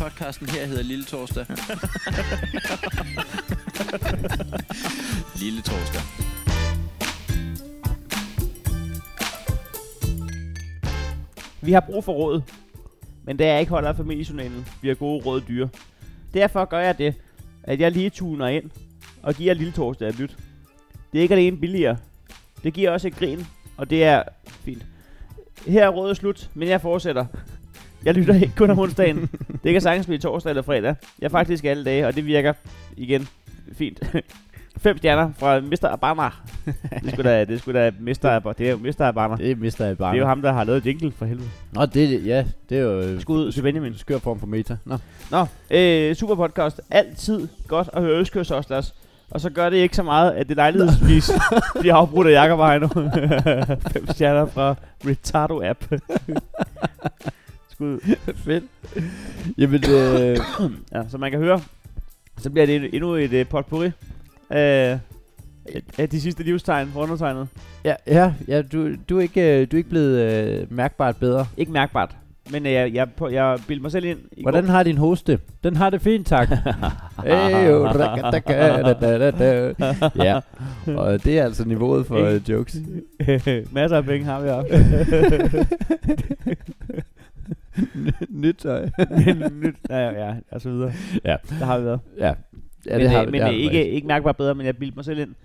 Podcasten her hedder Lille Torsdag. Lille Torsdag. Vi har brug for råd, men det er ikke holder af familiejournalen. Vi har gode råd dyre. Derfor gør jeg det, at jeg lige tuner ind og giver Lille Torsdag et lyt. Det er ikke alene billigere. Det giver også et grin, og det er fint. Her er rådet slut, men jeg fortsætter. Jeg lytter ikke kun om onsdagen. Det kan sagtens blive torsdag eller fredag. Jeg er faktisk alle dage, og det virker igen fint. 5 stjerner fra Mr. Abana. Det er sgu da Mr. Abana. Det er jo Mr. Abana. Det er Mr. Abana. Det er jo ham, der har lavet jingle for helvede. Nå, det er jo Skud til Benjamin. Skør form for meta. Nå, super podcast. Altid godt at høre Østkyst, og så gør det ikke så meget, at det lejlighedsvis bliver afbrudt af Jakob og Heino. 5 stjerner fra Retardo App. Skud. Fedt. Jamen, ja, som man kan høre, så bliver det endnu et potpourri af de sidste livstegn for undertegnet. Ja, du er ikke blevet mærkbart bedre. Ikke mærkbart, men jeg bildte mig selv ind i Hvordan går. har din hoste? Den har det fint, tak. Ja, og det er altså niveauet for jokes. Masser af penge har vi haft. Nyt tøj. Ja, og så videre. Ja. Der har vi været. Ja. Men ikke mærkbart bedre, men jeg bildte mig selv ind.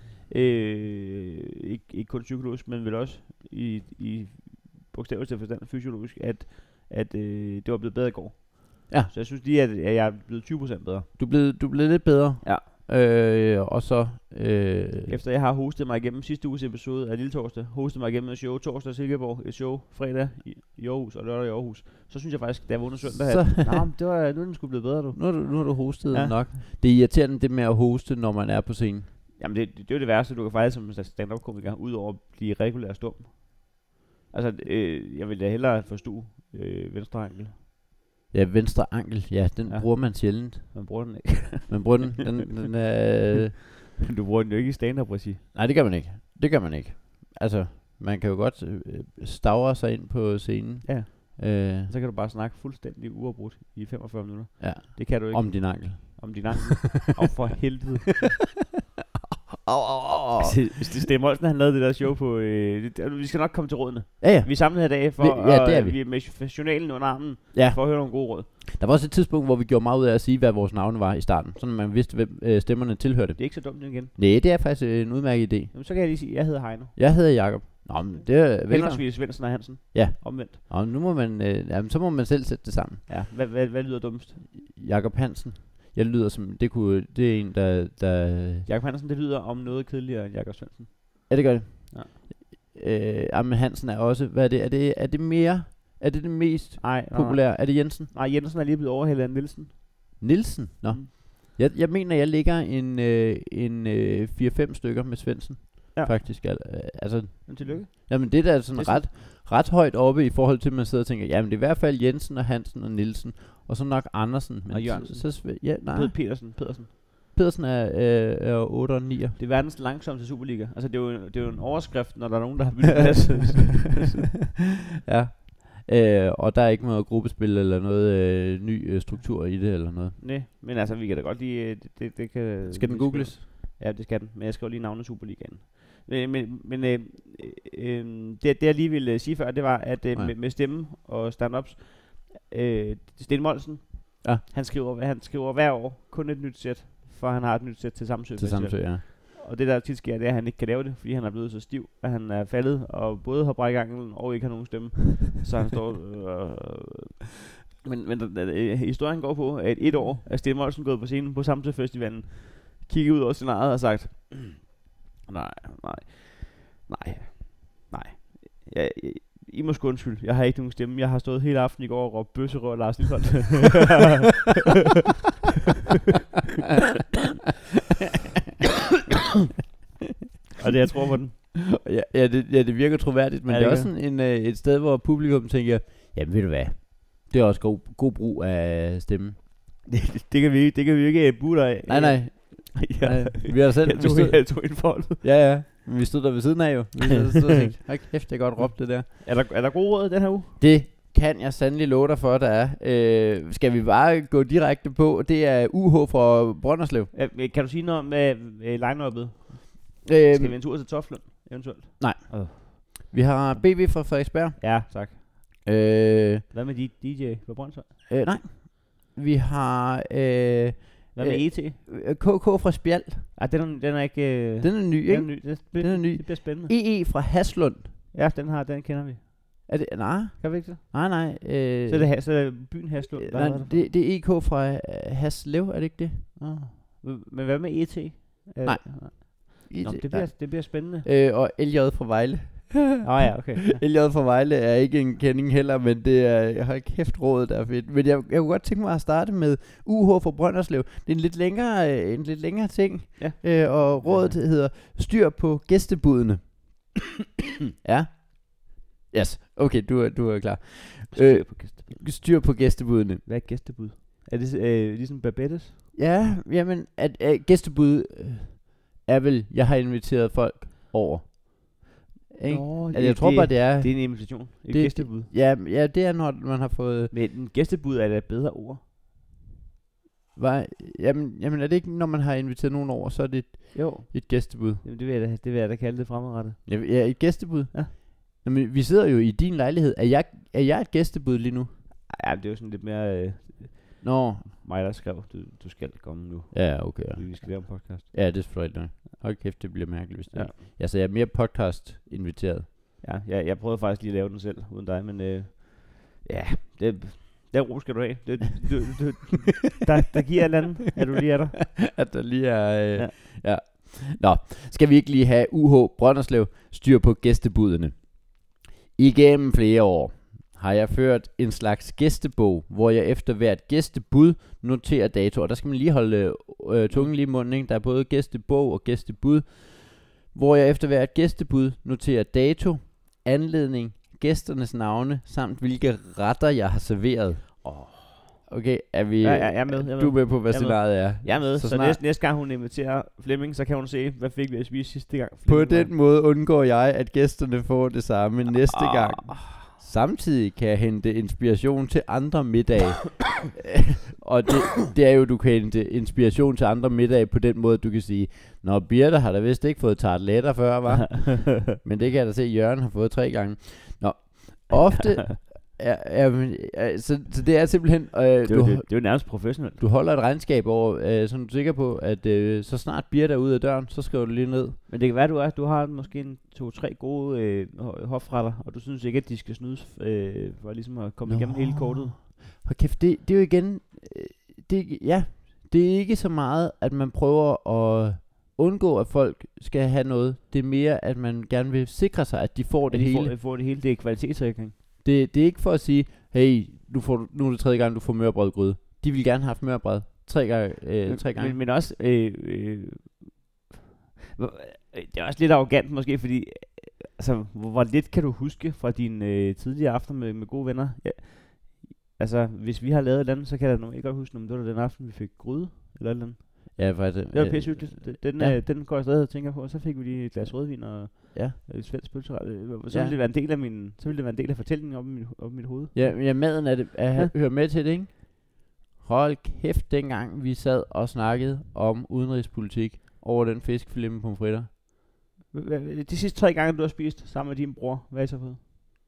Ikke kun psykologisk, men vel også i bogstaveligste forstand fysiologisk, at det var blevet bedre i går. Ja. Så jeg synes lige, at jeg er blevet 20% bedre. Du er blevet lidt bedre. Ja. Og så efter jeg har hostet mig igennem sidste uges episode af Lille Torsdag, hostet mig igennem et show torsdag i Silkeborg, et show fredag i Aarhus og lørdag i Aarhus, så synes jeg faktisk, da jeg vågnede søndag, at nu er den sgu blevet bedre, du. Nu har du hostet nok. Det er irriterende det med at hoste, når man er på scenen. Jamen det er jo det værste, du kan faktisk som stand-up-komiker, udover at blive regulær stum. Altså, jeg vil da hellere forstå venstre ankel. Ja, venstre ankel, ja, den bruger man sjældent. Man bruger den ikke. Man bruger den, den er... Du bruger den jo ikke i stand-up-regi. Nej, det gør man ikke. Altså, man kan jo godt stavre sig ind på scenen. Ja. Så kan du bare snakke fuldstændig uafbrudt i 45 minutter. Ja. Det kan du ikke. Om din ankel. Og for helvede. Det er Molsen, han lavede det der show på... vi skal nok komme til rådene. Ja. Vi er samlet her i dag for vi er med journalen under armen for at høre nogle gode råd. Der var også et tidspunkt, hvor vi gjorde meget ud af at sige, hvad vores navne var i starten. Sådan man vidste, hvem stemmerne tilhørte. Det er ikke så dumt igen. Nej, det er faktisk en udmærket idé. Jamen, så kan jeg lige sige, at jeg hedder Heino. Jeg hedder Jakob. Nå, men det er Henholdsvis Svendsen og Hansen. Ja. Omvendt. Og nu må man, så må man selv sætte det sammen. Ja, hvad lyder dummest? Jakob Hansen. Jeg lyder som, det er en, der... Jakob Hansen, det lyder om noget kedeligere end Jakob Svendsen. Ja, det gør det. Ja. Men Hansen er også, hvad er det? Er det mere? Er det mest populære? Er det Jensen? Nej, Jensen er lige blevet overhældet af Nielsen. Nielsen? Nå. Mm. Jeg mener, jeg ligger en 4-5 stykker med Svendsen. Ja. Faktisk. Altså, tillykke. Jamen det er da sådan ret højt oppe i forhold til, at man sidder og tænker, jamen det er i hvert fald Jensen og Hansen og Nielsen, og så nok Andersen. Og Jørgensen. Pedersen er 8 og 9. Det er verdens langsomste Superliga. Altså det er jo en overskrift, når der er nogen, der har byttet plads. Ja. Og der er ikke noget gruppespil eller noget ny struktur i det eller noget. Nej, men altså vi kan da godt lide det kan. Skal den googles? Ja, det skal den. Men jeg skriver lige navnet Superligaen. Men det jeg lige ville sige før, det var at med stemme og stand-ups, Sten Molsen, han skriver hver år kun et nyt sæt, for han har et nyt sæt til Samsø. Ja. Og det der tit sker, det er, at han ikke kan lave det, fordi han er blevet så stiv, at han er faldet og både har brækket anklen og ikke har nogen stemme. Så han står... Men historien går på, at et år er Sten Molsen gået på scenen på Samsø Festivalen, kigget ud over sin eget og sagt, nej. I må sgu undskylde, jeg har ikke nogen stemme. Jeg har stået hele aften i går og råbt bøsserøv og Lars Lilholt. Og det jeg tror på den. Det virker troværdigt, men det er også sådan et sted, hvor publikum tænker, jamen ved du hvad, det er også god brug af stemmen. Det kan vi ikke bruge af. Nej. Vi har selv jeg tog ind for det. Ja. Vi stod der ved siden af jo. Vi stod og tænkte, kæft, det er godt råbt det der. Er der gode råd den her uge? Det kan jeg sandelig love dig for, der er. Skal vi bare gå direkte på? Det er UH fra Brønderslev. Kan du sige noget om line-up'et? Skal vi en tur til Toflund, eventuelt? Nej. Vi har BV fra Frederiksberg. Ja, tak. Hvad med DJ fra Brønshøj? Nej. Vi har... Hvad med ET? KK fra Spjald. Den er ikke... Den er ny, ikke? Den er ny. Det bliver spændende. EE fra Haslund. Ja, den kender vi. Er det? Nej. Kan vi ikke det? Nej. Så er det byen Haslund. Nej, det er EK fra Haslev, er det ikke det? Men hvad med ET? Nej. Nå, det bliver spændende. Og LJ fra Vejle. Ja, okay. Ja. LJ fra Vejle er ikke en kending heller, men det er, jeg har kæft råd, der er fedt. Men jeg kunne godt tænke mig at starte med UH fra Brønderslev. Det er en lidt længere ting, og rådet hedder styr på gæstebudene. Ja. Yes, okay, du er klar. Styr på gæstebudene. Hvad er gæstebud? Er det ligesom Babettes? Ja, jamen, at gæstebud er vel, jeg har inviteret folk over. Jeg tror bare, det er... Det er en invitation. Et gæstebud. Ja, det er, når man har fået... Men en gæstebud er da et bedre ord. Jamen, er det ikke, når man har inviteret nogen over, så er det et gæstebud? Jamen, det vil jeg da kalde det fremadrettet. Ja, et gæstebud? Ja. Jamen, vi sidder jo i din lejlighed. Er jeg et gæstebud lige nu? Ja, det er jo sådan lidt mere... mig, der skrev, du skal komme nu. Ja, okay. Ja. Vi skal lave en podcast. Ja, det er selvfølgelig nok. Hold kæft, det bliver mærkeligt, hvis det ja. Ja, så jeg er mere podcast inviteret. Ja, jeg prøvede faktisk lige at lave den selv, uden dig, men den ro skal du have. Der giver et eller andet, at du lige er der. At der lige er... Ja. Nå, skal vi ikke lige have UH Brønderslev styr på gæstebudene? Igennem flere år har jeg ført en slags gæstebog, hvor jeg efter hvert gæstebud noterer dato. Og der skal man lige holde tungen lige i munden, ikke? Der er både gæstebog og gæstebud. Hvor jeg efter hvert gæstebud noterer dato, anledning, gæsternes navne, samt hvilke retter jeg har serveret. Okay, er vi... Ja, jeg er med. Du er med på, hvad scenariet er? Jeg er med, så næste gang hun inviterer Flemming, så kan hun se, hvad fik vi at spise sidste gang. På den måde undgår jeg, at gæsterne får det samme næste gang. Samtidig kan jeg hente inspiration til andre middage. Og det er jo, du kan hente inspiration til andre middage på den måde, du kan sige, nå, Birte har da vist ikke fået tarteletter før, hva? Men det kan jeg da se, Jørgen har fået 3 gange. Nå, ofte... Så det er simpelthen... det er jo nærmest professionelt. Du holder et regnskab over, så du er sikker på, at så snart Birte er ude af døren, så skriver du lige ned. Men det kan være, du har måske 2-3 gode hofretter, og du synes ikke, at de skal snydes for ligesom at komme igennem hele kortet. Hold kæft, det er jo igen... det er ikke så meget, at man prøver at undgå, at folk skal have noget. Det er mere, at man gerne vil sikre sig, at de får det hele. Får det hele. Det er kvalitetssikring. Det er ikke for at sige, hey, nu er det 3. gang, du får mørbrødgryde. De vil gerne have haft mørbrød 3 gange. Men også, det er også lidt arrogant måske, fordi altså, hvor lidt kan du huske fra dine tidligere aftener med gode venner? Ja, altså, hvis vi har lavet et eller andet, så kan jeg da ikke godt huske, om det var den aften, vi fik gryde, eller et eller andet. Ja, faktisk. Det var pissehyggeligt. Den går jeg stadig og tænker på. Så fik vi lige et glas rødvin og et svensk pølseret. Så ville det være en del af så ville det være en del af fortællingen op i mit hoved. Ja, maden hører med til det, ikke? Hold kæft, dengang vi sad og snakkede om udenrigspolitik over den fiskfilet med pomfritter. De sidste 3 gange, du har spist sammen med din bror, hvad er I så fået?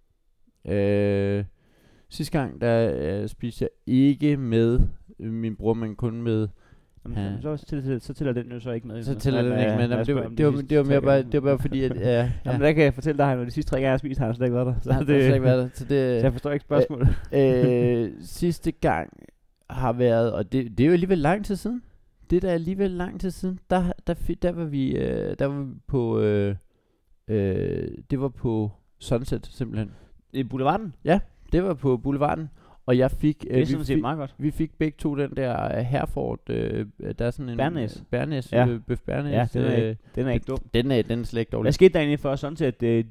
Sidste gang, der spiste jeg ikke med min bror, men kun med... Så tæller den jo så ikke med. Så tæller den ikke med. Det var bare fordi, at... Jamen, der kan jeg fortælle dig, at de sidste 3 gange, jeg har spist, har han slet ikke været der. Så jeg forstår ikke spørgsmålet. Sidste gang har været, og det er jo alligevel lang tid siden. Det er alligevel lang tid siden. Der var vi på... det var på Sunset, simpelthen. I Boulevarden? Ja, det var på Boulevarden. Og jeg fik... det er sådan set meget godt. Vi fik begge to den der Herford... der er sådan en... Bernæs. Bøf Bernæs. Ja, den er ikke dum. Den er slet ikke dårlig. Hvad skete der egentlig for sådan set, at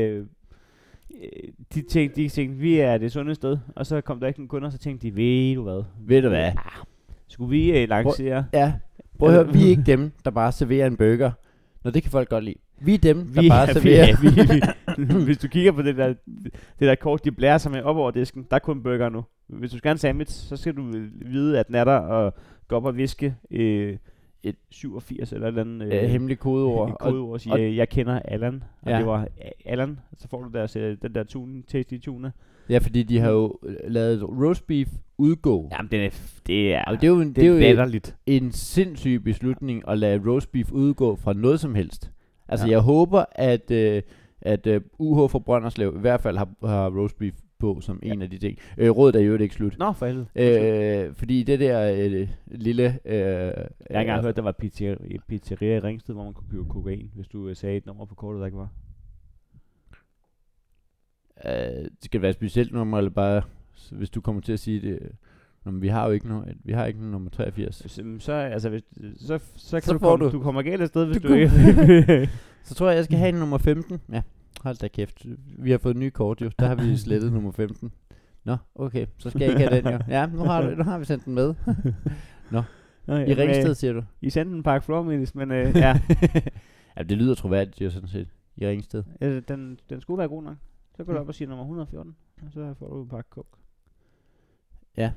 de tænkte, vi er det sunde sted. Og så kom der ikke nogen kunder, så tænkte de, ved du hvad? Skulle vi lancere... Prøv at høre, vi er ikke dem, der bare serverer en burger. Nå, det kan folk godt lide. Vi er dem, der bare serverer... Hvis du kigger på det der kort, de blærer sig med op over disken, der er kun burger nu. Hvis du skal have en sandwich, så skal du vide, at den er der, og gå op og viske et 87 eller et eller andet hemmelig kodeord. Et kodeord og sige, jeg kender Allan, og det var Allan, så får du den der tasty tuna. Ja, fordi de har jo lavet roast beef udgå. Jamen, det er latterligt. En sindssyg beslutning at lade roast beef udgå fra noget som helst. Altså, jeg håber, at UH for Brønderslev i hvert fald har roast beef på som en af de ting. Rådet er jo ikke slut. Nå, for helvede. Fordi det der lille... jeg har engang hørt, der var pizzeria i Ringsted, hvor man kunne købe kokain, hvis du sagde et nummer på kortet, der ikke var. Det skal være et specielt nummer, eller bare, hvis du kommer til at sige det... Vi har jo ikke vi har ikke nummer 83. Så kan du kommer galt af sted, hvis du ikke... Så tror jeg skal have en nummer 15. Ja, hold da kæft. Vi har fået nye kort jo. Der har vi slettet nummer 15. Nå, okay. Så skal jeg ikke have den jo. Ja, nu har vi sendt den med. Nå. I Ringsted, siger du? I sendte en pakke flormelis, men ja. Ja, det lyder troværdigt jo sådan set. I Ringsted. Den skulle være god nok. Så går du op og siger nummer 114, og så får du en pakke kok. Ja.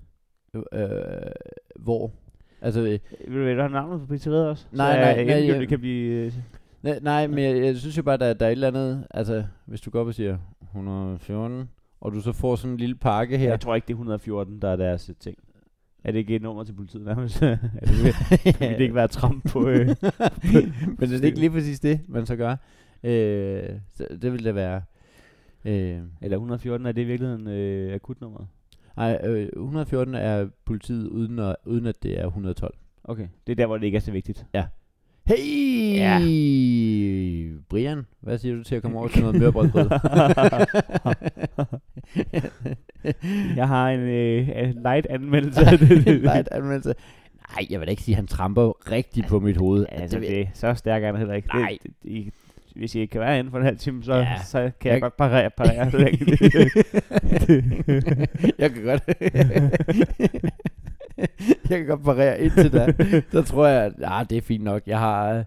Hvor? Altså, vil du have navnet på pizzeriet også? Nej, det kan blive... Nej, men jeg synes jo bare, der er et eller andet... Altså, hvis du går op og siger 114, og du så får sådan en lille pakke her... Jeg tror ikke, det er 114, der er deres ting. Er det ikke et nummer til politiet nærmest? Vil det ikke være tramp på... Men det er ikke lige præcis det, man så gør. Så det vil det være... Eller 114, er det i virkeligheden akutnummeret? Nej, 114 er politiet, uden at det er 112. Okay, det er der, hvor det ikke er så vigtigt. Ja. Hey! Ja. Brian, hvad siger du til at komme over til noget mørbrødbrød? Jeg har en light anmeldelse. Light anmeldelse. Nej, jeg vil da ikke sige, at han tramper rigtigt på mit hoved. Altså, så stærk er han heller ikke. Nej. Hvis I ikke kan være inden for en halv time, så kan jeg godt parere. Jeg kan godt. Jeg kan godt parere indtil da. Så tror jeg, at det er fint nok. Jeg har...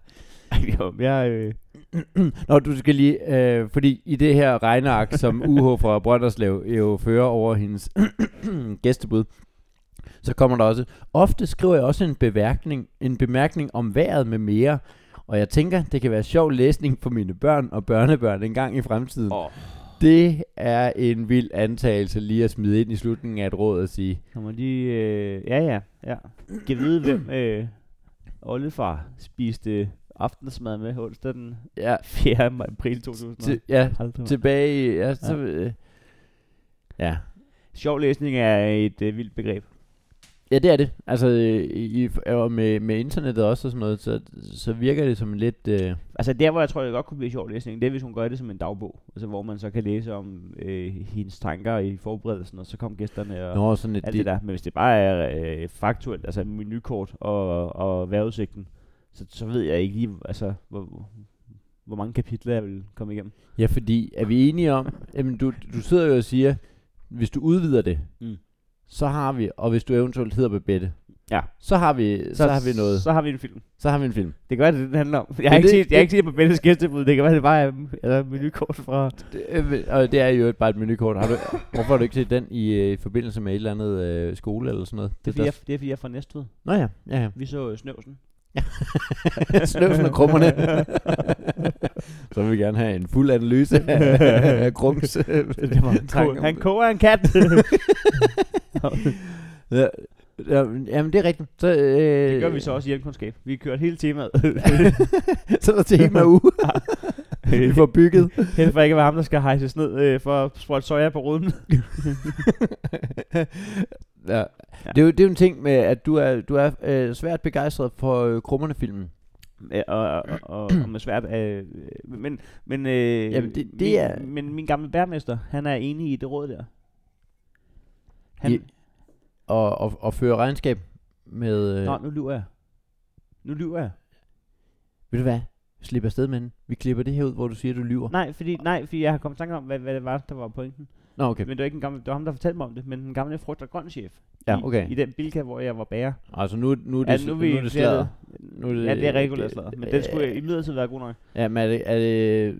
Nå, du skal lige... fordi i det her regneark, som UH fra Brønderslev jo fører over hendes gæstebud, så kommer der også... Ofte skriver jeg også en bemærkning om vejret med mere... Og jeg tænker, det kan være sjov læsning for mine børn og børnebørn en gang i fremtiden. Det er en vild antagelse lige at smide ind i slutningen af et råd at sige. Kommer de... Ja. Kan vide, hvem oldefar spiste aftensmad med onsdag den 4. april 2000. Tilbage... Ja. Sjov læsning er et vildt begreb. Ja, det er det. Altså, og med internettet også og sådan noget, så virker det som lidt... Altså, der hvor jeg tror, det godt kunne blive sjov læsning, det er, hvis hun gør det som en dagbog. Altså, hvor man så kan læse om hendes tanker i forberedelsen, og så kom gæsterne og sådan alt det der. Men hvis det bare er faktuelt, altså menukort og vejrudsigten, så ved jeg ikke lige, altså, hvor mange kapitler jeg vil komme igennem. Ja, fordi er vi enige om... Jamen, du sidder jo og siger, hvis du udvider det... Så har vi, og hvis du eventuelt hedder Babette, så har vi noget. Så har vi en film. Så har vi en film. Det kan være, det handler om. Jeg har ikke set Babettes gæstebud. Det kan være, det bare er menukort fra... Og det er jo bare et menukort. Hvorfor har du ikke set den i forbindelse med et eller andet skole eller sådan noget? Det er fordi jeg er fra Næstved. Nå ja. Vi så Snøvsen. Snøvsen og krummerne. Så vil vi gerne have en fuld analyse af Grums. Han koger en kat. Jamen det er rigtigt. Så, det gør vi så også i hjælpekundskab. Vi har kørt hele temaet. Så der tema uge. Vi får bygget. Helt for ikke at være ham, der skal hejses ned for at sprøjte soja på ruden. Ja. Det er jo en ting med, at du er svært begejstret for Krummerne-filmen. Og med svært men min gamle bærmester, han er enig i det råd der. Og føre regnskab med... Nå, nu lyver jeg. Ved du hvad? Slip afsted med den. Vi klipper det her ud, hvor du siger, du lyver. Nej, fordi jeg har kommet i tanke om, hvad det var, der var pointen. Nå, okay. Men det var ikke det var ham, der fortalte mig om det, men den gamle frugt- og grøn-chef. Ja, okay. I den Bilka, hvor jeg var bager. Altså nu er det sladder. Ja, det er regulært sladder. Men den skulle imidlertid være god nok. Ja, men er det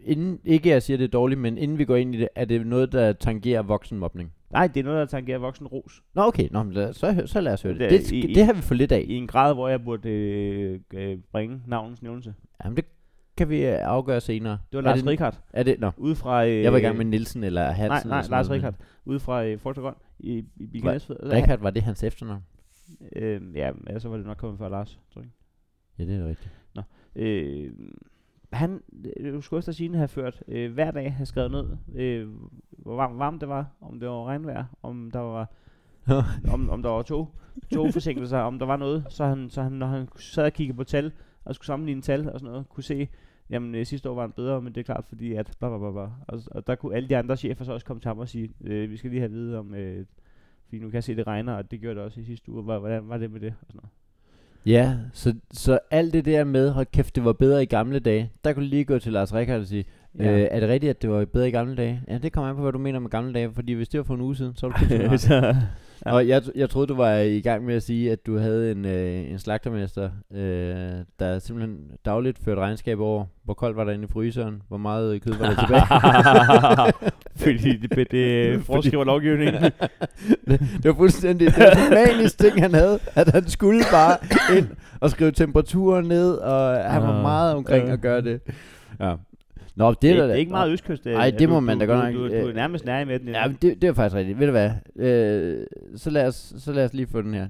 inden, ikke jeg siger det er dårligt, men inden vi går ind i det, er det noget, der tangerer voksenmobning? Nej, det er noget, der tangerer voksenros. Nå, okay. Nå, men så lad os høre det. Det har vi for lidt af. I en grad, hvor jeg burde bringe navnens nævnelse. Jamen, det kan vi afgøre senere. Det var Lars Richard. Er det? Nå. Ude fra... jeg var i gang med Nielsen eller Hansen. Nej, Lars Richard. Ude fra Fortegård i Bilkanæsfed. Richard, var det hans efternavn? Ja, så var det nok kommet fra Lars, tror jeg. Ja, det er rigtigt. Nå. Han, du skulle også have ført hver dag, have skrevet ned, hvor varmt det var, om det var regnvejr, om der var om der var togforsinkelser, om der var noget, så han, når han sad og kiggede på tal, og skulle sammenligne tal og sådan noget, kunne se, jamen sidste år var han bedre, men det er klart, fordi at og der kunne alle de andre chefer så også komme til ham og sige, vi skal lige have at vide om, fordi nu kan jeg se, det regner, og det gjorde det også i sidste uge, hvordan var det med det, og sådan noget. Ja, så alt det der med, hold kæft, det var bedre i gamle dage, der kunne du lige gå til Lars Richard og sige, er det rigtigt, at det var bedre i gamle dage? Ja, det kommer an på, hvad du mener med gamle dage, fordi hvis det var for en uge siden, så var det ja. Og jeg troede, du var i gang med at sige, at du havde en slagtermester, der simpelthen dagligt førte regnskab over, hvor koldt var der inde i fryseren, hvor meget kød var der tilbage. Fordi det foreskriver lovgivningen. det var fuldstændig det var en manisk ting, han havde, at han skulle bare ind og skrive temperaturen ned, og han var meget omkring at gøre det. Ja. Nå, det er ikke meget østkyst. Nej, det må man da godt nok. Du er nærmest nær med den. Ja, det er faktisk rigtigt. Ved du hvad? Så lad os lige få den her.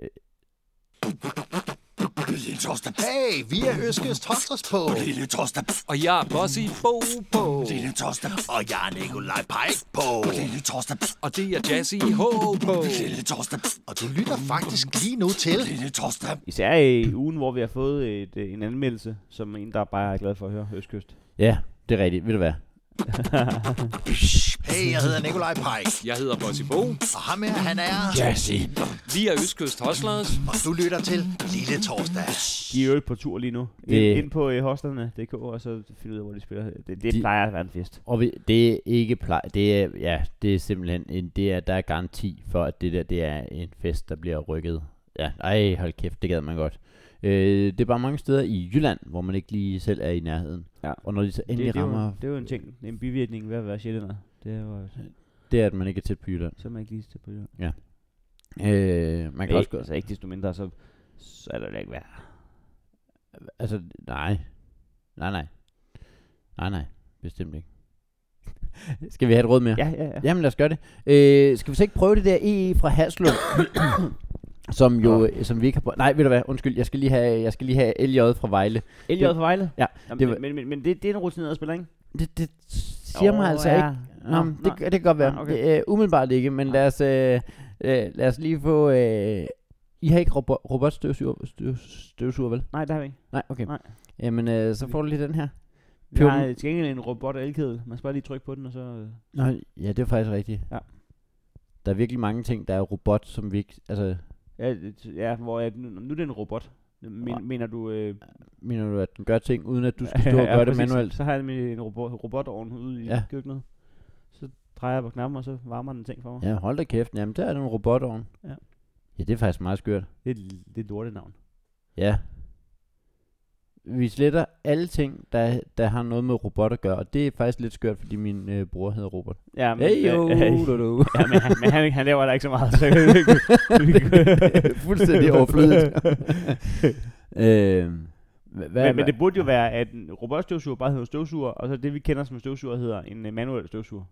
Lille torsdag. Hey, vi er Østkyst Hostres på. Lille torsdag. Og jeg er Bossy Bo på. Lille torsdag. Og jeg er Nikolaj Pike på. Lille torsdag. Og det er Jazzy H på. Lille torsdag. Og du lytter faktisk lige nu til Lille torsdag. Især i ugen, hvor vi har fået en anmeldelse, som en, der bare er glad for at høre Østkyst. Ja, det er rigtigt. Ved du hvad? Hey, jeg hedder Nikolaj Pike. Jeg hedder Bossy Bo. Og ham her, han er Jazzy. Vi er Østkyst Hustlers. Og du lytter til Lille Torsdag. De er jo på tur lige nu. Ind på hostlerne.dk, og så finde ud af, hvor de spiller. Det plejer at være en fest. Og det er ikke det er simpelthen der er garanti for, at det er en fest, der bliver rykket. Ja, hold kæft, det gad man godt. Det er bare mange steder i Jylland, hvor man ikke lige selv er i nærheden. Ja. Og når de så endelig rammer... Det er jo en ting. Det er en bivirkning ved at være sjældent. Det er, at man ikke er tæt på Jylland. Så er man ikke lige tæt på Jylland. Ja. Man kan også... Altså ikke desto mindre, så er der ikke værd. Altså, nej. Bestemt ikke. Skal vi have et råd mere? Ja. Jamen lad os gøre det. Skal vi så ikke prøve det der EE fra Haslund? som vi ikke har prøvet. Nej, ved du hvad? Undskyld, jeg skal lige have LJ fra Vejle. LJ fra Vejle? Ja. Men det er en rutineret spiller, ikke? Det siger mig altså ikke. Det kan godt være. Okay. Umiddelbart ikke, men lad os lige få... I har ikke robotstøvsuger, vel? Nej, det har vi ikke. Nej, okay. Nej. Jamen, så får du lige den her. Vi har til gengæld en robot-elkedel. Man skal bare lige trykke på den, og så... Ja, det er faktisk rigtigt. Ja. Der er virkelig mange ting, der er robot, som vi ikke... Altså... Ja, hvor nu er det en robot. Mener du... Mener du, at den gør ting, uden at du skal stå og gøre det manuelt? Så har jeg en robotovn ude i køkkenet. Så drejer jeg på knappen, og så varmer den ting for mig. Ja, hold da kæft. Jamen, der er den robotovn. Ja, det er faktisk meget skørt. Det er et lortenavn. Ja. Vi sletter alle ting, der har noget med robot at gøre, og det er faktisk lidt skørt, fordi min bror hedder Robert. Ja, men, men han laver da ikke så meget. Så fuldstændig overflødigt. Men det burde jo være, at en robotstøvsuger bare hedder støvsuger, og så det vi kender som støvsuger hedder en manuel støvsuger.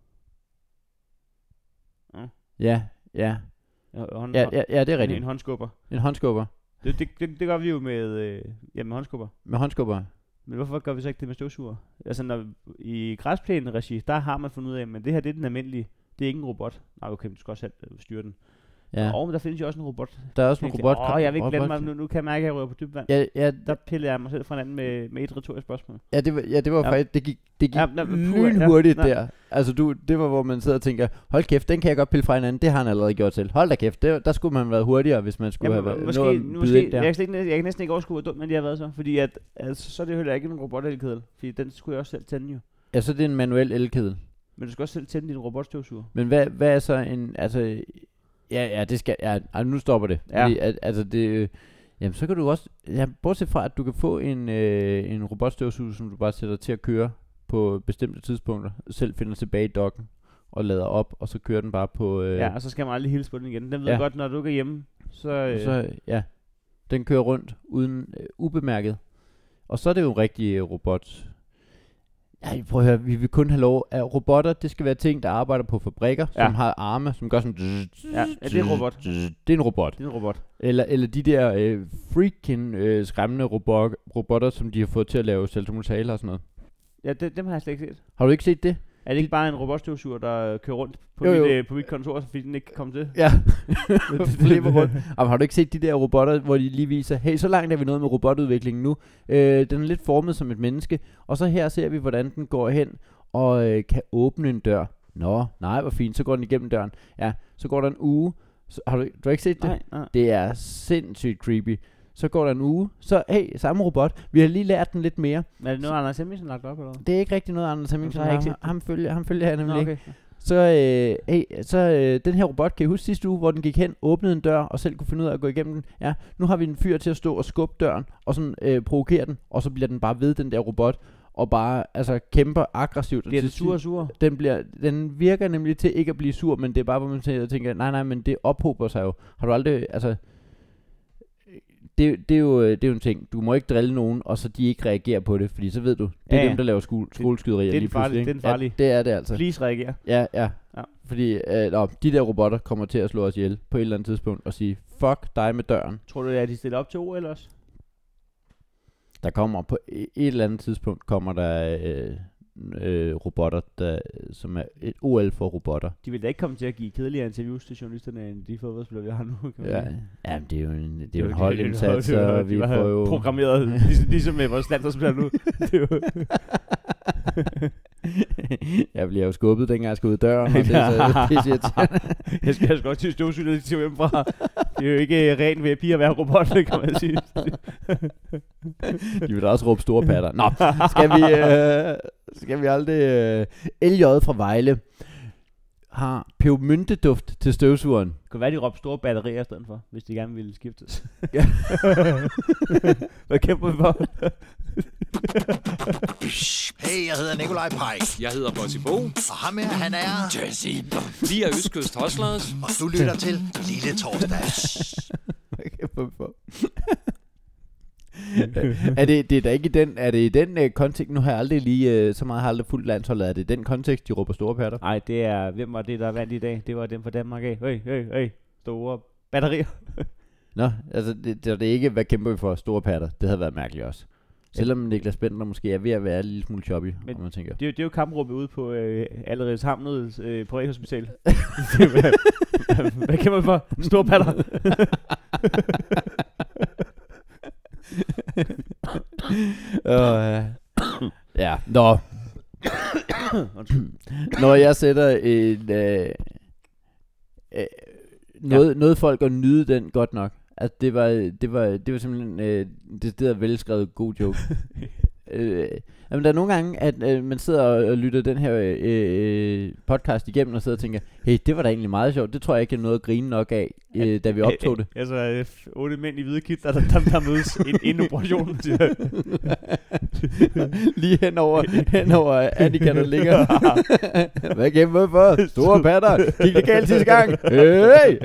Ja. Ja, det er rigtigt. En håndskubber. En håndskubber. Det gør vi jo med håndskubber. Med håndskubber. Men hvorfor gør vi så ikke det med støvsuger? Altså når i græsplænen-regi, der har man fundet ud af, men det her det er den almindelige. Det er ikke en robot. Nej, okay, du skal også selv styre den. Ja. Men der findes jo også en robot. Der er også en robot. Jeg vil ikke glemme mig. Nu kan jeg mærke, at jeg rører på dybt vand. Ja, der piller jeg mig selv fra hinanden med et retorisk spørgsmål. Ja, det var faktisk, det gik lynhurtigt der. Altså det var, hvor man sidder og tænker, hold kæft, den kan jeg godt pille fra hinanden. Det har han allerede gjort selv. Hold da kæft, der skulle man have været hurtigere, hvis man skulle have været måske, der. Jeg kan næsten ikke overskue, hvor dumt man lige har været så. Fordi så er det heller ikke en robot-elkedel. Fordi den skulle jeg også selv tænde jo. Ja, så det er en manuel elkedel. Men du skal også selv tænde din robotstøvsuger. Men hvad er så en, altså... Ja, det skal... Ja, nu stopper det. Ja. Fordi, altså det... Jamen, så kan du også... Ja, bortset fra, at du kan få en robotstøvsuger, som du bare sætter til at køre på bestemte tidspunkter, selv finder tilbage i dokken og lader op, og så kører den bare på... Ja, og så skal man aldrig hilse på den igen. Den ved godt, når du ikke er hjemme, så den kører rundt uden ubemærket. Og så er det jo en rigtig robot. Ja, prøv at høre, vi vil kun have lov at robotter, det skal være ting, der arbejder på fabrikker, som har arme, som gør sådan... Ja, det er en robot. Det er en robot. Det er en robot. Eller de der freaking skræmmende robotter, som de har fået til at lave saltomortale og sådan noget. Ja, dem har jeg slet ikke set. Har du ikke set det? Er det ikke bare en robotstøvsuger, der kører rundt på mit kontor, fordi den ikke kan komme til? Ja, det løber rundt. Har du ikke set de der robotter, hvor de lige viser, hey, så langt er vi nået med robotudviklingen nu. Den er lidt formet som et menneske, og så her ser vi, hvordan den går hen og kan åbne en dør. Nå, nej, hvor fint, så går den igennem døren. Ja, så går der en uge. Har du ikke set det? Nej. Det er sindssygt creepy. Så går der en uge, så hey, samme robot. Vi har lige lært den lidt mere. Men er det noget, Anders Hemmingsen lagt op, eller? Det er ikke rigtig noget, Anders Hemmingsen har. Ham følger jeg nemlig ikke. Okay. Så den her robot, kan I huske sidste uge, hvor den gik hen, åbnede en dør, og selv kunne finde ud af at gå igennem den? Ja, nu har vi en fyr til at stå og skubbe døren, og sådan provokere den, og så bliver den bare ved, den der robot, og bare kæmper aggressivt. Bliver det sur? Den virker nemlig til ikke at blive sur, men det er bare, hvor man tænker, nej, men det ophober sig jo. Har du aldrig, det er jo en ting. Du må ikke drille nogen, og så de ikke reagerer på det, fordi så ved du, det er dem, der laver skoleskyderier lige pludselig. Det er farlig. Ja, det er det altså. Please reager. Ja. Fordi de der robotter kommer til at slå os ihjel på et eller andet tidspunkt og sige, fuck dig med døren. Tror du, at de stiller op til OL også? Der kommer på et eller andet tidspunkt, kommer der robotter, som er et OL for robotter. De vil da ikke komme til at give kedeligere interviews til journalisterne, end de fodboldspillere, vi har nu. Ja, det er jo en holdindsats, så vi får jo... programmeret, ligesom med vores landsholdsspillere nu. Jeg bliver jo skubbet, dengang jeg skal ud døren, og det er så jeg skal godt til støvsuget til hjemmefra. Det er jo ikke ren VIP at være robot, kan man sige. De vil da også råbe store patter. Nå, skal vi aldrig... LJ fra Vejle har pebermynteduft til støvsugeren. Det kunne være, de råbte store batterier i stedet for, hvis de gerne ville skiftes. Ja. Hvad kæmper vi for? Hey, jeg hedder Nikolaj Pike. Jeg hedder Bossy Bo. Og ham her, han er... Jesse. Vi er Østkyst Hustlers. Og du lytter til Lille Torsdag. Hvad kæmper vi for? Det er da ikke i den, er det i den kontekst, nu har jeg aldrig lige, så meget har aldrig fuldt landsholdet, er det i den kontekst, de råber store patter? Nej, det er, hvem var det, der vandt i dag? Det var dem fra Danmark af. Hey, store batterier. Nå, altså det er ikke, hvad kæmper vi for, store patter, det havde været mærkeligt også. Selvom Niklas Bentner måske er ved at være en lille smule choppy, men man tænker. Det er jo kampråbet ude på allerede Hamnets privathospital. Hvad kæmper vi for? Store patter. Ja, når jeg sætter en noget folk at nyde den godt nok. Altså det var simpelthen det velskrevet god joke. Jamen der er nogle gange at man sidder og lytter den her podcast igennem og sidder og tænker, hey, det var da egentlig meget sjovt. Det tror jeg ikke er noget at grine nok af, da vi optog det. Altså 8 mænd i hvide kitler, der mødes en operation. Lige henover Annika, der ligger. Hvad kæmper vi for? Store patter. Gik det galt sidste gang? Hey!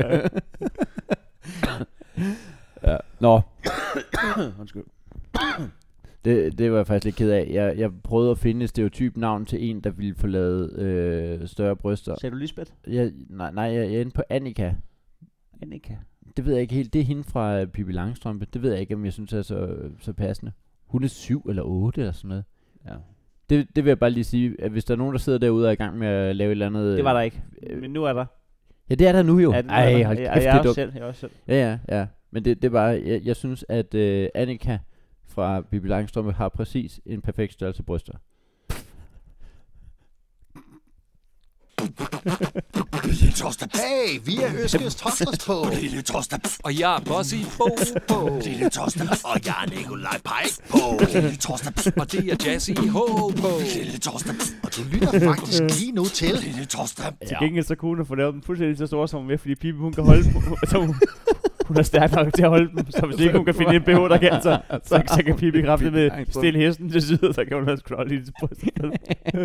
Ja. Nå. Undskyld. Det var jeg faktisk lidt ked af. Jeg prøvede at finde et stereotyp navn til en, der ville få lavet større bryster. Sagde du Lisbeth? Nej, jeg er inde på Annika. Annika? Det ved jeg ikke helt. Det er hende fra Pippi Langstrømpe. Det ved jeg ikke, om jeg synes er så passende. Hun er 7 eller 8 eller sådan noget. Ja. Det vil jeg bare lige sige, at hvis der er nogen, der sidder derude og er i gang med at lave et eller andet... Det var der ikke, men nu er der. Ja, det er der nu jo. Ja, ej, hold kæft, jeg er også selv. Ja. Men det er bare... Jeg synes, at Annika fra Pippi Langstrømpe har præcis en perfekt størrelse bryster. Lille Torsdag. Hey, vi er Øskes Torsdags på. Lille Torsdag. Og jeg er Bossy Bo. Lille Torsdag. Og jeg er Nikolaj Pike på. Lille Torsdag. Og det er Jesse på. Lille Torsdag. Og du lytter faktisk lige nu til Lille Torsdag. Til gengæld så kunne hun få lavet dem fuldstændig så store som med, fordi Pippi hun kan holde på. Altså, hun er stærk nok til at holde dem. Så hvis ikke hun kan finde en BH, der kan, så kan Pippi kraftigt med stille hesten til side, så kan hun have scroll i det brystet.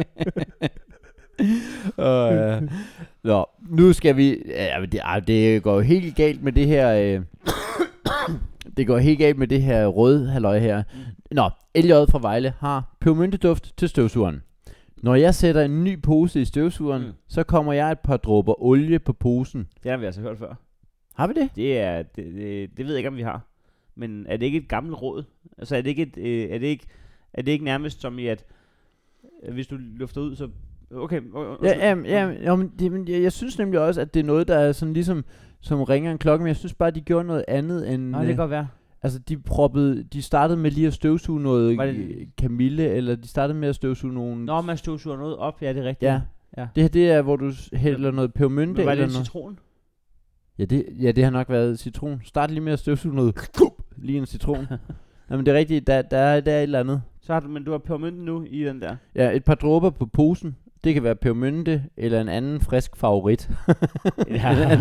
Nå, nu skal vi... det går jo helt galt med det her... det går helt galt med det her røde halløj her. Nå, LJ fra Vejle har pebermynteduft til støvsugeren. Når jeg sætter en ny pose i støvsugeren, så kommer jeg et par dråber olie på posen. Det har vi altså hørt før. Har vi det? Det ved jeg ikke, om vi har. Men er det ikke et gammelt råd? Altså er det ikke nærmest som i, at hvis du lufter ud, så... Okay. Men jeg synes nemlig også, at det er noget, der er sådan ligesom, som ringer en klokke, men jeg synes bare, de gjorde noget andet end... Nej, det kan godt være. Altså, de startede med lige at støvsuge noget kamille, eller de startede med at støvsuge nogle... Nå, man støvsuger noget op, ja, det er rigtigt. Ja. Det her, det er, hvor du hælder noget pebermynte. Var det en citron? Ja, det har nok været citron. Start lige med at støvsuge noget, lige en citron. Jamen, det er rigtigt, der er et eller andet. Men du har pebermynte nu i den der? Ja, et par dråber på posen. Det kan være pebermynte eller en anden frisk favorit. En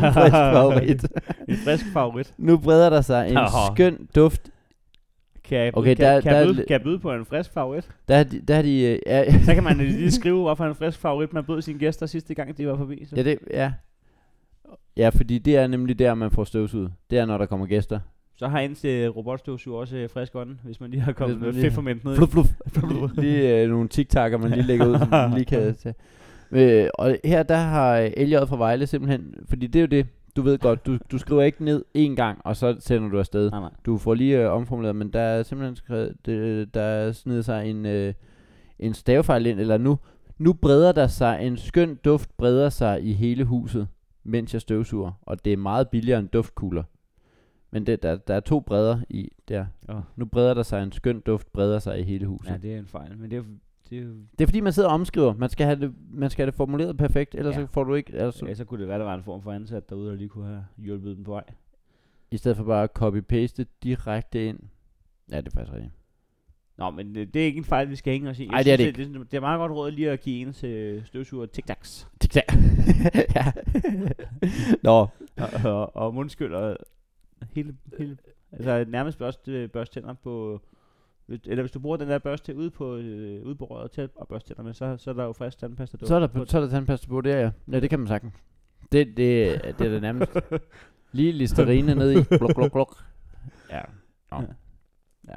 frisk favorit. Nu breder der sig en skøn duft. Kan jeg byde på en frisk favorit? Der har de så kan man lige skrive, hvorfor en frisk favorit man bød sine gæster sidste gang, de var forbi. Så. Ja, fordi det er nemlig der, man får støvsuget. Det er, når der kommer gæster. Så har ens robotstøvsuger også frisk ånden, hvis man lige har kommet med feferment ned. Lige nogle tiktakker, man lige lægger ud, som man lige kan tage. Og her, der har LJ fra Vejle simpelthen, fordi det er jo det, du ved godt, du skriver ikke ned en gang, og så sender du afsted. Nej. Du får lige omformuleret, men der er simpelthen skrevet, der er snedet sig en stavefejl ind, eller nu breder der sig, en skøn duft breder sig i hele huset, mens jeg støvsuger, og det er meget billigere end duftkugler. Men der er 2 bredder i der. Nu breder der sig en skøn duft, breder sig i hele huset. Ja, det er en fejl, men det er fordi man sidder og omskriver. Man skal have det formuleret perfekt, ellers så får du ikke... Altså, så kunne det være, der var en form for ansat derude, der lige kunne have hjulpet den på vej. I stedet for bare at copy-paste direkte ind. Ja, det er faktisk rigtigt. Nå, men det er ikke en fejl, vi skal hænge os i. Nej, det er det ikke. Det er meget godt råd lige at give en til støvsuger tic-tacs. Ja. Nå. Og mundskyld og hele altså nærmest børste tænder på, eller hvis du bruger den der børste ude på røret til at børste tænder med, så er der jo frisk tandpasta. Så er der tandpasta på det, ja. Ja, det kan man sagtens. Det er det nærmest. Lige listerine ned i. Gluk. Ja. Nå. Ja.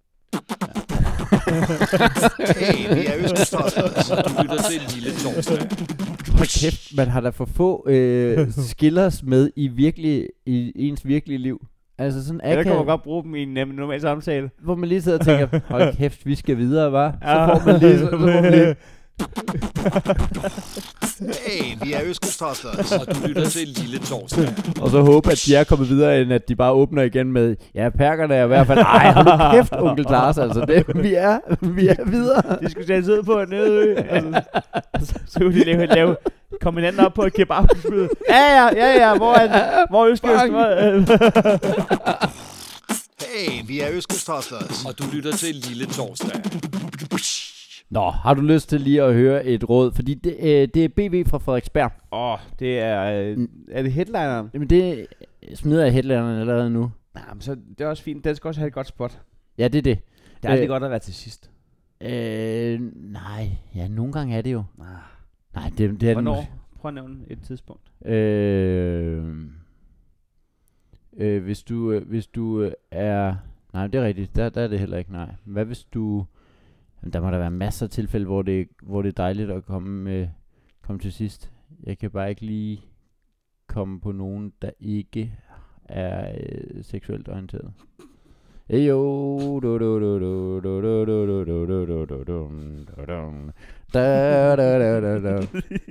Hey, vi er Øskestoffer. Du lytter til Lille Torsdag. Hold kæft, man har da for få skillers med i ens virkelige liv. Altså sådan der kan man godt bruge dem i en normal samtale. Hvor man lige sidder og tænker, hold kæft, vi skal videre, hva? Så får man lige... Hey, vi er Øskestoffer. Og du lytter til Lille Torsdag. Og så håber, at de er kommet videre, end at de bare åbner igen med, ja, perkerne er i hvert fald, ej, hold nu kæft, onkel Lars, altså, vi er videre. De skulle sætte ud på en øde altså, så kunne de komme hinanden op på et kebabskud. Ja, hvor er Øskøst? Hey, vi er Øskestoffer. Og du lytter til Lille Torsdag. Nå, har du lyst til lige at høre et råd? Fordi det er BV fra Frederiksberg. Det er det headlineren? Jamen det smider jeg headlineren allerede nu. Nej, men så det er også fint. Den skal også have et godt spot. Ja, det er det. Det er altid godt at være til sidst. Nej, ja, nogle gange er det jo. Nej, det er hvornår? Prøv at nævne et tidspunkt. Hvis du er... Nej, det er rigtigt. Der er det heller ikke, nej. Hvad hvis du... Der må der være masser af tilfælde, hvor det er dejligt at komme til sidst. Jeg kan bare ikke lige komme på nogen, der ikke er seksuelt orienteret. Eyo, du du du du du du du du du du du du da da da da da.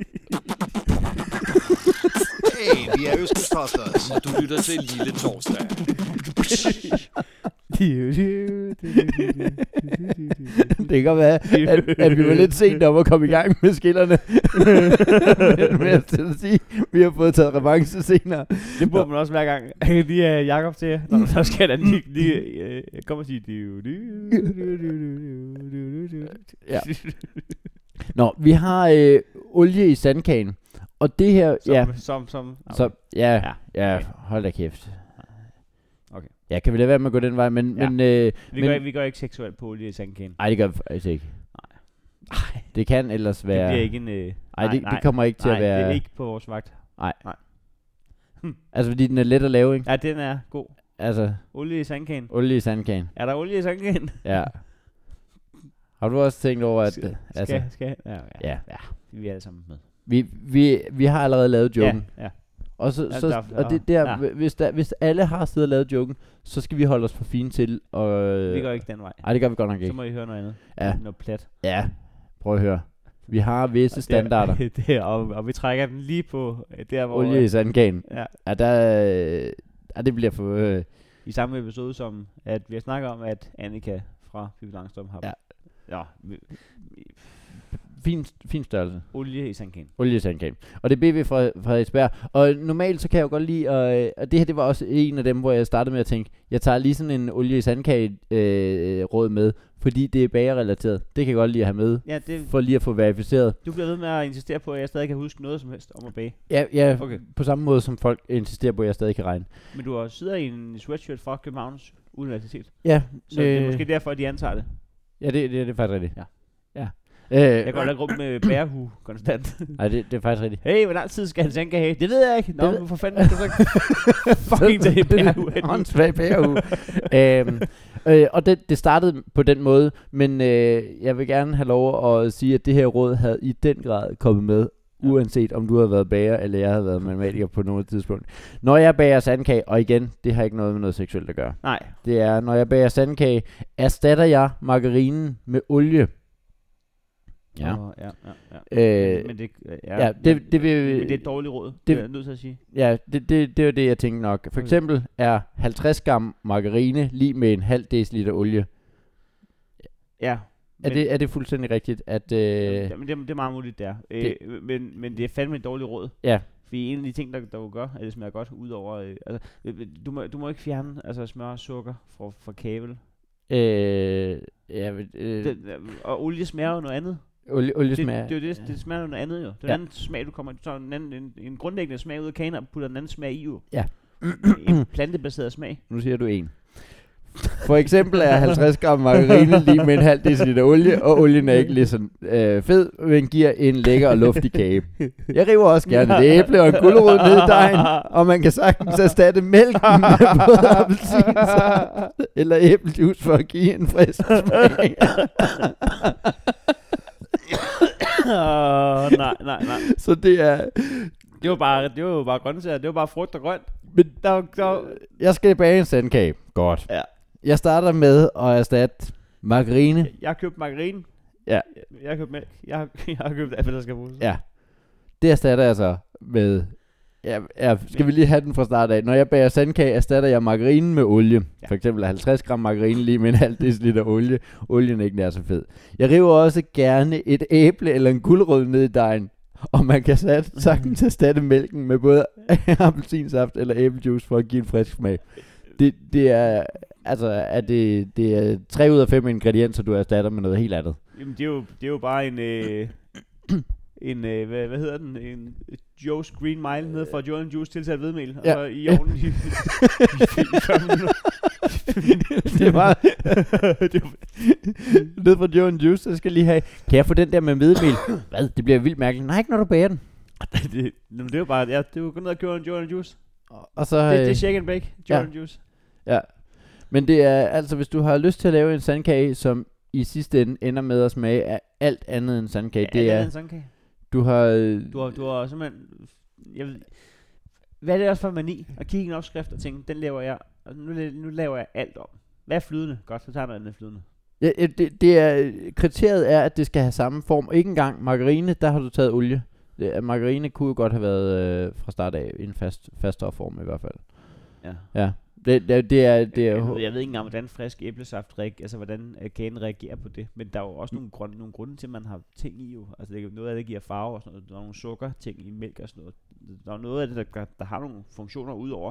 Hey, vi er Øskestoffer. Og du lytter til Lille Torsdag. Det kan godt være, at vi var lidt sent om at komme i gang med skillerne. Men jeg skal sige, vi har fået taget revanche senere. Det burde man også hver gang. Jeg kan lige have Jacob til. Så skal der lige komme og sige. Ja. Nå, vi har olie i sandkagen. Og det her, som ja, hold da kæft. Ja, kan vi lade være med at gå den vej, men... Ja. Men vi går ikke seksuelt på olie i sandkagen. Nej, det gør vi faktisk ikke. Nej. Det kan ellers være... Det bliver ikke en... det kommer ikke til at være... Nej, det er ikke på vores vagt. Nej. Altså, fordi den er let at lave, ikke? Ja, den er god. Altså... Olie i sandkagen. Olie i sandkagen. Er der olie i sandkagen? Ja. Har du også tænkt over, at... Skal. Ja. Vi er alle sammen med. Vi har allerede lavet joken. Ja. Og hvis alle har siddet og lavet joken, så skal vi holde os for fine til. Og vi går ikke den vej. Nej, det gør vi godt nok ikke. Så må I høre noget andet. Ja. Noget plat. Ja, prøv at høre. Vi har visse standarder. Og vi trækker den lige på der, hvor... Olie i sandkagen. Ja. Det bliver for... I samme episode som, at vi har snakket om, at Annika fra Pippi Langstrømpe har... Ja. Fin størrelse. Olie i sandkagen. Olie i sandkagen. Og det er BV fra Frederiksberg. Og normalt så kan jeg jo godt lide, og det her det var også en af dem, hvor jeg startede med at tænke, jeg tager lige sådan en olie i sandkage råd med, fordi det er bagerrelateret. Det kan jeg godt lide at have med, for lige at få verificeret. Du bliver ved med at insistere på, at jeg stadig kan huske noget som helst om at bage. Ja, okay. På samme måde som folk insisterer på, at jeg stadig kan regne. Men du sidder i en sweatshirt fra Københavns Universitet. Ja. Så det er måske derfor, at de antager det. Ja, det er faktisk rigtigt. Ja. Jeg går ikke rundt med bærehue konstant. Nej, det er faktisk rigtigt. Hey, hvor lang tid skal en sandkage have? Det ved jeg ikke. Nå, du for fanden skal du så fucking tage en bærehue. Håndsvag bærehue. Og det startede på den måde, men jeg vil gerne have lov at sige, at det her råd havde i den grad kommet med, uanset om du havde været bager, eller jeg havde været matematiker på noget tidspunkt. Når jeg bager sandkage, og igen, det har ikke noget med noget seksuelt at gøre. Nej. Det er, når jeg bager sandkage, erstatter jeg margarinen med olie. Ja. Men det er et dårligt råd. Det er jeg nødt til at sige. Ja, det er det, jeg tænkte nok. For eksempel er 50 gram margarine lige med en halv deciliter olie. Ja. Er det fuldstændig rigtigt? At, men det er meget muligt, der. Men det er fandme et dårligt råd. Ja. Fordi en af de ting, der jo gør, at det smager godt, udover... du må ikke fjerne smør og sukker fra kavel. Og olie smager jo noget andet. Olie smager... Det smager jo noget andet jo. Det er en anden smag, du tager en grundlæggende smag ud af kagen og putter en anden smag i jo. Ja. En plantebaseret smag. Nu siger du en. For eksempel er 50 gram margarine lige med en halv deciliter olie, og olien er ikke lige så fed, men giver en lækker og luftig kage. Jeg river også gerne et æble og en gulerod ned i dejen, og man kan sagtens erstatte mælken med både appelsinsaft eller æblejuice for at give en frisk smag. Nej. Så det er... Det var jo bare grøntsager. Det var bare frugt og grønt. Men jeg skal bage en sandkage. Godt. Ja. Jeg starter med at erstatte margarine. Jeg har købt margarine. Ja. Jeg har købt mælk. Jeg har købt alt, hvad der skal bruges. Ja. Det erstatter jeg så med... skal vi lige have den fra start af. Når jeg bager sandkage, erstatter jeg margarinen med olie. Ja. For eksempel 50 gram margarine lige med en halv deciliter olie. Olien er ikke nær så fed. Jeg river også gerne et æble eller en gulerod ned i dejen. Og man kan sagtens erstatte mælken med både appelsinsaft eller æblejuice for at give en frisk smag. Det er... Altså, det er 3 ud af 5 ingredienser, du erstatter med noget helt andet. Jamen, det er jo bare hvad hedder den? En Joe's Green Mile nede fra Joe Juice tilsat hvedmel. Ja. Og i ovnen i 40 minutter. Det var nede fra Joe Juice, jeg skal lige have. Kan jeg få den der med hvedemel? Hvad? Det bliver vildt mærkeligt. Nej, ikke når du bager den. Det er jo bare, det er jo kun ned og købe en Joe Juice. Og så, det er shake and bake, Joe Juice. Ja. Men det er altså, hvis du har lyst til at lave en sandkage, som i sidste ende ender med at smage af alt andet end sandkage. Det er en sandkage. Du har simpelthen... hvad er det også for mani? At kigge en opskrift og tænke, den laver jeg... Og nu laver jeg alt om. Hvad er flydende? Godt, så tager noget andet flydende. Ja, kriteriet er, at det skal have samme form. Ikke engang margarine, der har du taget olie. Margarine kunne jo godt have været fra start af en fastere form i hvert fald. Ja. Jeg ved ikke engang, hvordan frisk æblesaft hvordan kagen reagerer på det. Men der er jo også nogle grunde til, at man har ting i jo. Altså noget af det giver farve og sådan noget. Der er nogle sukkerting i mælk og sådan noget. Der er noget af det, der har nogle funktioner udover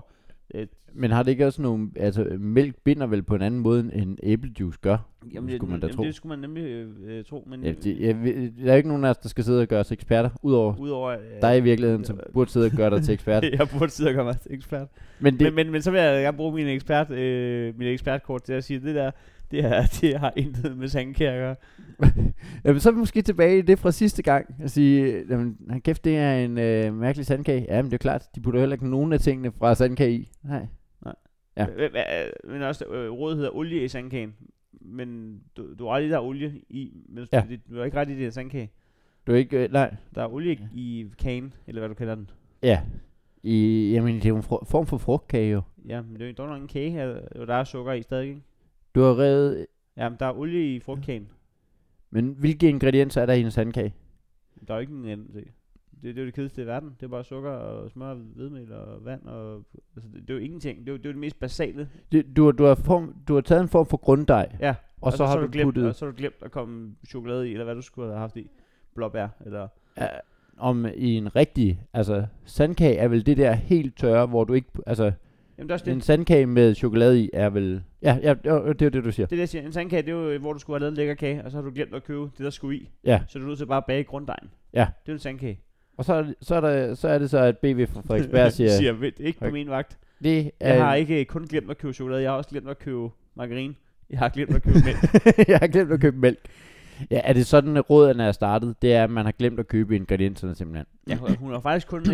Men har det ikke også nogle... Altså, mælk binder vel på en anden måde, end æblejuice gør? Skulle man da tro. Det skulle man nemlig tro. Men der er ikke nogen af os, der skal sidde og gøre sig eksperter, udover dig i virkeligheden, som burde sidde og gøre dig til ekspert. Jeg burde sidde og gøre mig til ekspert. Men så vil jeg gerne bruge min ekspertkort til at sige, det har intet med sandkage at gøre. Jamen, så er vi måske tilbage i det fra sidste gang. At sige, jamen, kæft, det er en mærkelig sandkage. Ja, men det er klart, de putter heller ikke nogen af tingene fra sandkage i. Nej. Ja. Men også rådet hedder olie i sandkagen. Men du har ret i, der er olie i, men du har ikke ret i, det er sandkage. Du er ikke, nej. Der er olie i kagen, eller hvad du kalder den. Ja. Jamen, det er jo en form for frugtkage jo. Ja, men det er jo dog nok en kage her, og der er sukker i stadig, ikke? Du har revet... Jamen, der er olie i frugtkagen. Men hvilke ingredienser er der i en sandkage? Der er jo ikke en ingrediens. Det er jo det kedeligste i verden. Det er bare sukker og smør, hvedemel og vand. Altså, det er jo ingenting. Det er jo det mest basale. Du har taget en form for grunddej. Ja. Og så har du puttet... Og så har du glemt at komme chokolade i, eller hvad du skulle have haft i. Blåbær, eller... Ja, i en rigtig... Altså, sandkage er vel det der helt tørre, hvor du ikke... Altså... Jamen, det er også en sandkage med chokolade i er vel... Ja, det er det, du siger. Det jeg siger. En sandkage, det er jo, hvor du skulle have lavet en lækker kage, og så har du glemt at købe det, der skulle i. Ja. Så du er nødt til bare at bage grunddejen. Ja. Det er jo en sandkage. Og så er det så, at BV fra Frederiksberg siger... ikke på min vagt. Jeg har ikke kun glemt at købe chokolade, jeg har også glemt at købe margarine. Jeg har glemt at købe mælk. Ja, er det sådan, at rådene er startet? Det er, at man har glemt at købe ingredienserne simpelthen. Ja, hun har faktisk kun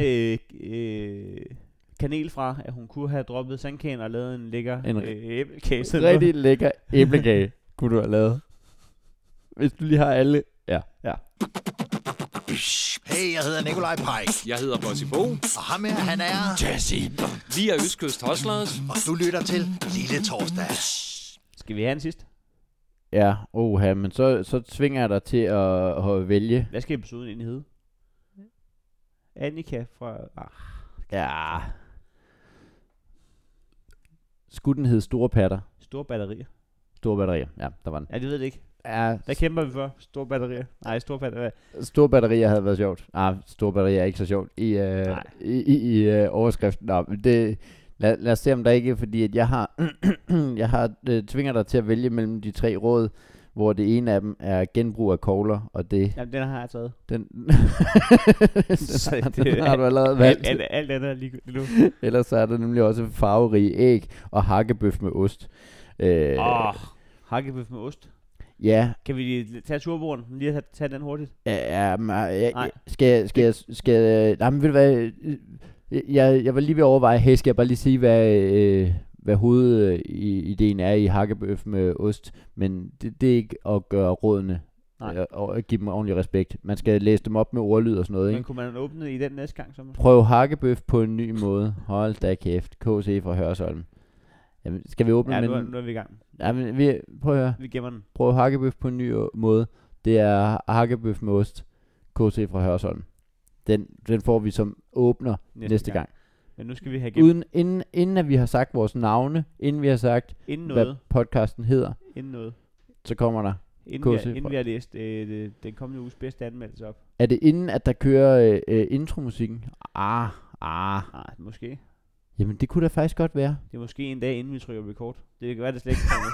kanel fra, at hun kunne have droppet sandkagen og lavet en lækker æblekage. En rigtig lækker æblekage kunne du have lavet. Hvis du lige har alle. Ja. Hey, jeg hedder Nikolaj Pike. Jeg hedder Bossy Bo. Og ham her, han er... Jesse. Vi er Østkyst Hustlers. Og du lytter til Lille Torsdag. Skal vi have en sidst? Ja, men så tvinger jeg dig til at vælge. Hvad skal episoden egentlig hedde? Annika fra... Ja. Skulle den hedde Store Patter? Store batterier. Store batterier, ja, der var den. Ja, det ved jeg ikke. Ja, der kæmper vi for. Store batterier. Nej, store batterier. Store batterier havde været sjovt. Store batterier er ikke så sjovt i overskriften. Nå, lad os se om der ikke, fordi at jeg har tvinger dig til at vælge mellem de 3 råd, hvor det ene af dem er genbrug af kogler, og det... Jamen, den har jeg taget. Den har du allerede valgt. Alt andet er ligegyldigt nu. Ellers så er der nemlig også farverige æg og hakkebøf med ost. Hakkebøf med ost? Ja. Kan vi tage turboen? Lige tage den hurtigt? Skal jeg... Nej, men ved du hvad... Jeg var lige ved at overveje, skal jeg bare lige sige, hvad hovedideen er i hakkebøf med ost, men det er ikke at gøre rådene og give dem ordentlig respekt. Man skal læse dem op med ordlyd og sådan noget. Men kunne man åbne i den næste gang? Så? Prøv hakkebøf på en ny måde. Hold da kæft. KC fra Hørsholm. Jamen, skal vi åbne den? Ja, nu er vi i gang. Jamen, prøv at høre. Vi gemmer den. Prøv hakkebøf på en ny måde. Det er hakkebøf med ost. KC fra Hørsholm. Den får vi som åbner næste gang. Men nu skal vi have gemt. Inden at vi har sagt vores navne, inden vi har sagt, hvad podcasten hedder, inden noget, så kommer der inden vi har læst den kommende uges bedste anmeldelse op. Er det inden, at der kører intromusikken? Måske. Jamen, det kunne da faktisk godt være. Det er måske en dag, inden vi trykker record. Det kan være, det slet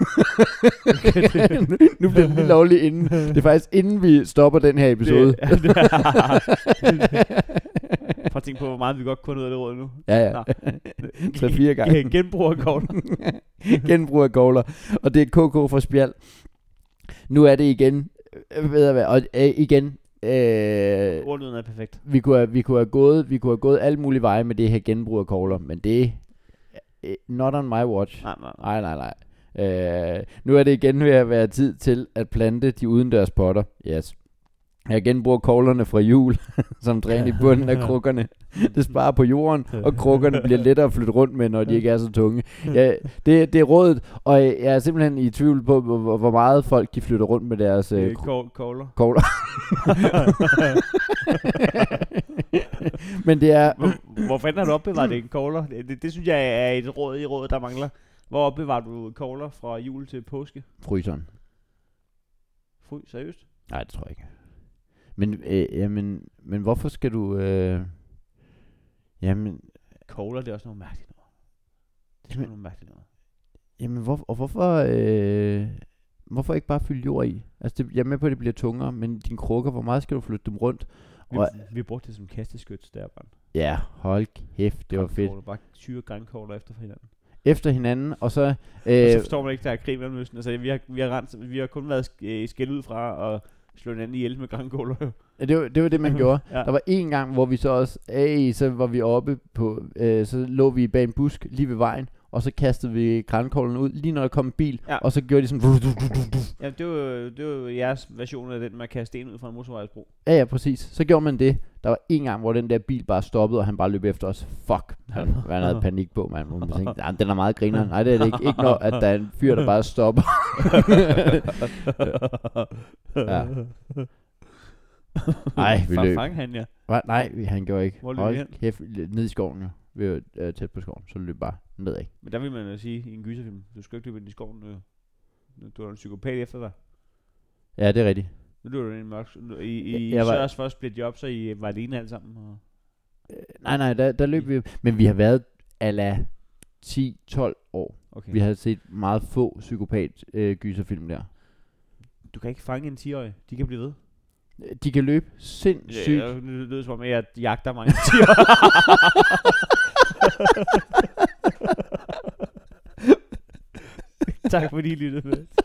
ikke Nu bliver det lige lovligt inden. Det er faktisk inden vi stopper den her episode. Prøv at tænke på, hvor meget vi godt kunne ud af det råd nu. Ja. 3-4 gange. Genbrug af kogler. Genbrug af kogler. Og det er KK fra Spjald. Nu er det igen. Ved at være. Og igen. Ordlyden er perfekt. Vi kunne have gået alle mulige veje med det her genbrug af kogler, men det er not on my watch. Nej. Nu er det igen ved at være tid til at plante de udendørs potter. Yes. Jeg genbruger koglerne fra jul, som dræn i bunden af krukkerne. Det sparer på jorden, og krukkerne bliver lettere at flytte rundt med, når de ikke er så tunge. Ja, det er rådet, og jeg er simpelthen i tvivl på, hvor meget folk de flytter rundt med deres kogler. Men det er... Hvor fanden har du opbevaret det kogler? Det synes jeg er et råd i rådet, der mangler. Hvor opbevarer du kogler fra jul til påske? Fryseren. Seriøst? Nej, det tror jeg ikke. Men hvorfor skal du... Kogler, det er også noget mærkeligt. Det er nogle mærkeligt noget. Jamen, hvorfor ikke bare fylde jord i? Altså, jeg er med på, at det bliver tungere, men dine krukker, hvor meget skal du flytte dem rundt? Vi brugte det som kasteskyts der, bare. Ja, hold kæft, det var fedt. Bare syre grænkogler efter hinanden, og så... og så forstår man ikke, der er krig mellem Østen. Altså, vi har kun været skældt ud fra at slå hinanden ihjel med grænkogler. Ja, det var det, man gjorde. Ja. Der var en gang, hvor vi så også... så var vi oppe på... så lå vi bag en busk lige ved vejen, og så kastede vi grankoglerne ud, lige når der kom en bil, og så gjorde de sådan... Ja, det var jeres version af den, man kaster sten ud fra en motorvejsbro. Ja, præcis. Så gjorde man det. Der var en gang, hvor den der bil bare stoppede, og han bare løb efter os. Fuck. Han havde panik på, man. Man tænkte, den er meget griner. Nej, det er det ikke. Ikke når, at der er en fyr, der bare stopper. Ja. Nej, vi løb. Fang han, ja. Nej, han gjorde ikke. Hvor løb vi hen? Kæft, ned i skoven, jo. Vi var tæt på skoven, så løb bare nedad. Men der vil man jo sige, i en gyserfilm, du skal ikke løbe ind i skoven. Du har en psykopat efter dig. Ja, det er rigtigt. Nu løber du ind i mørk. I Sørs først split job, så I var alene alle sammen. Og... Nej, der løb vi. Men vi har været ala 10-12 år. Okay. Vi har set meget få psykopat-gyserfilm der. Du kan ikke fange en 10-årig. De kan blive ved. De kan løbe sindssygt. Ja, det lyder som om, at jeg jagter mange 10-årige. Tak fordi I lyttede med.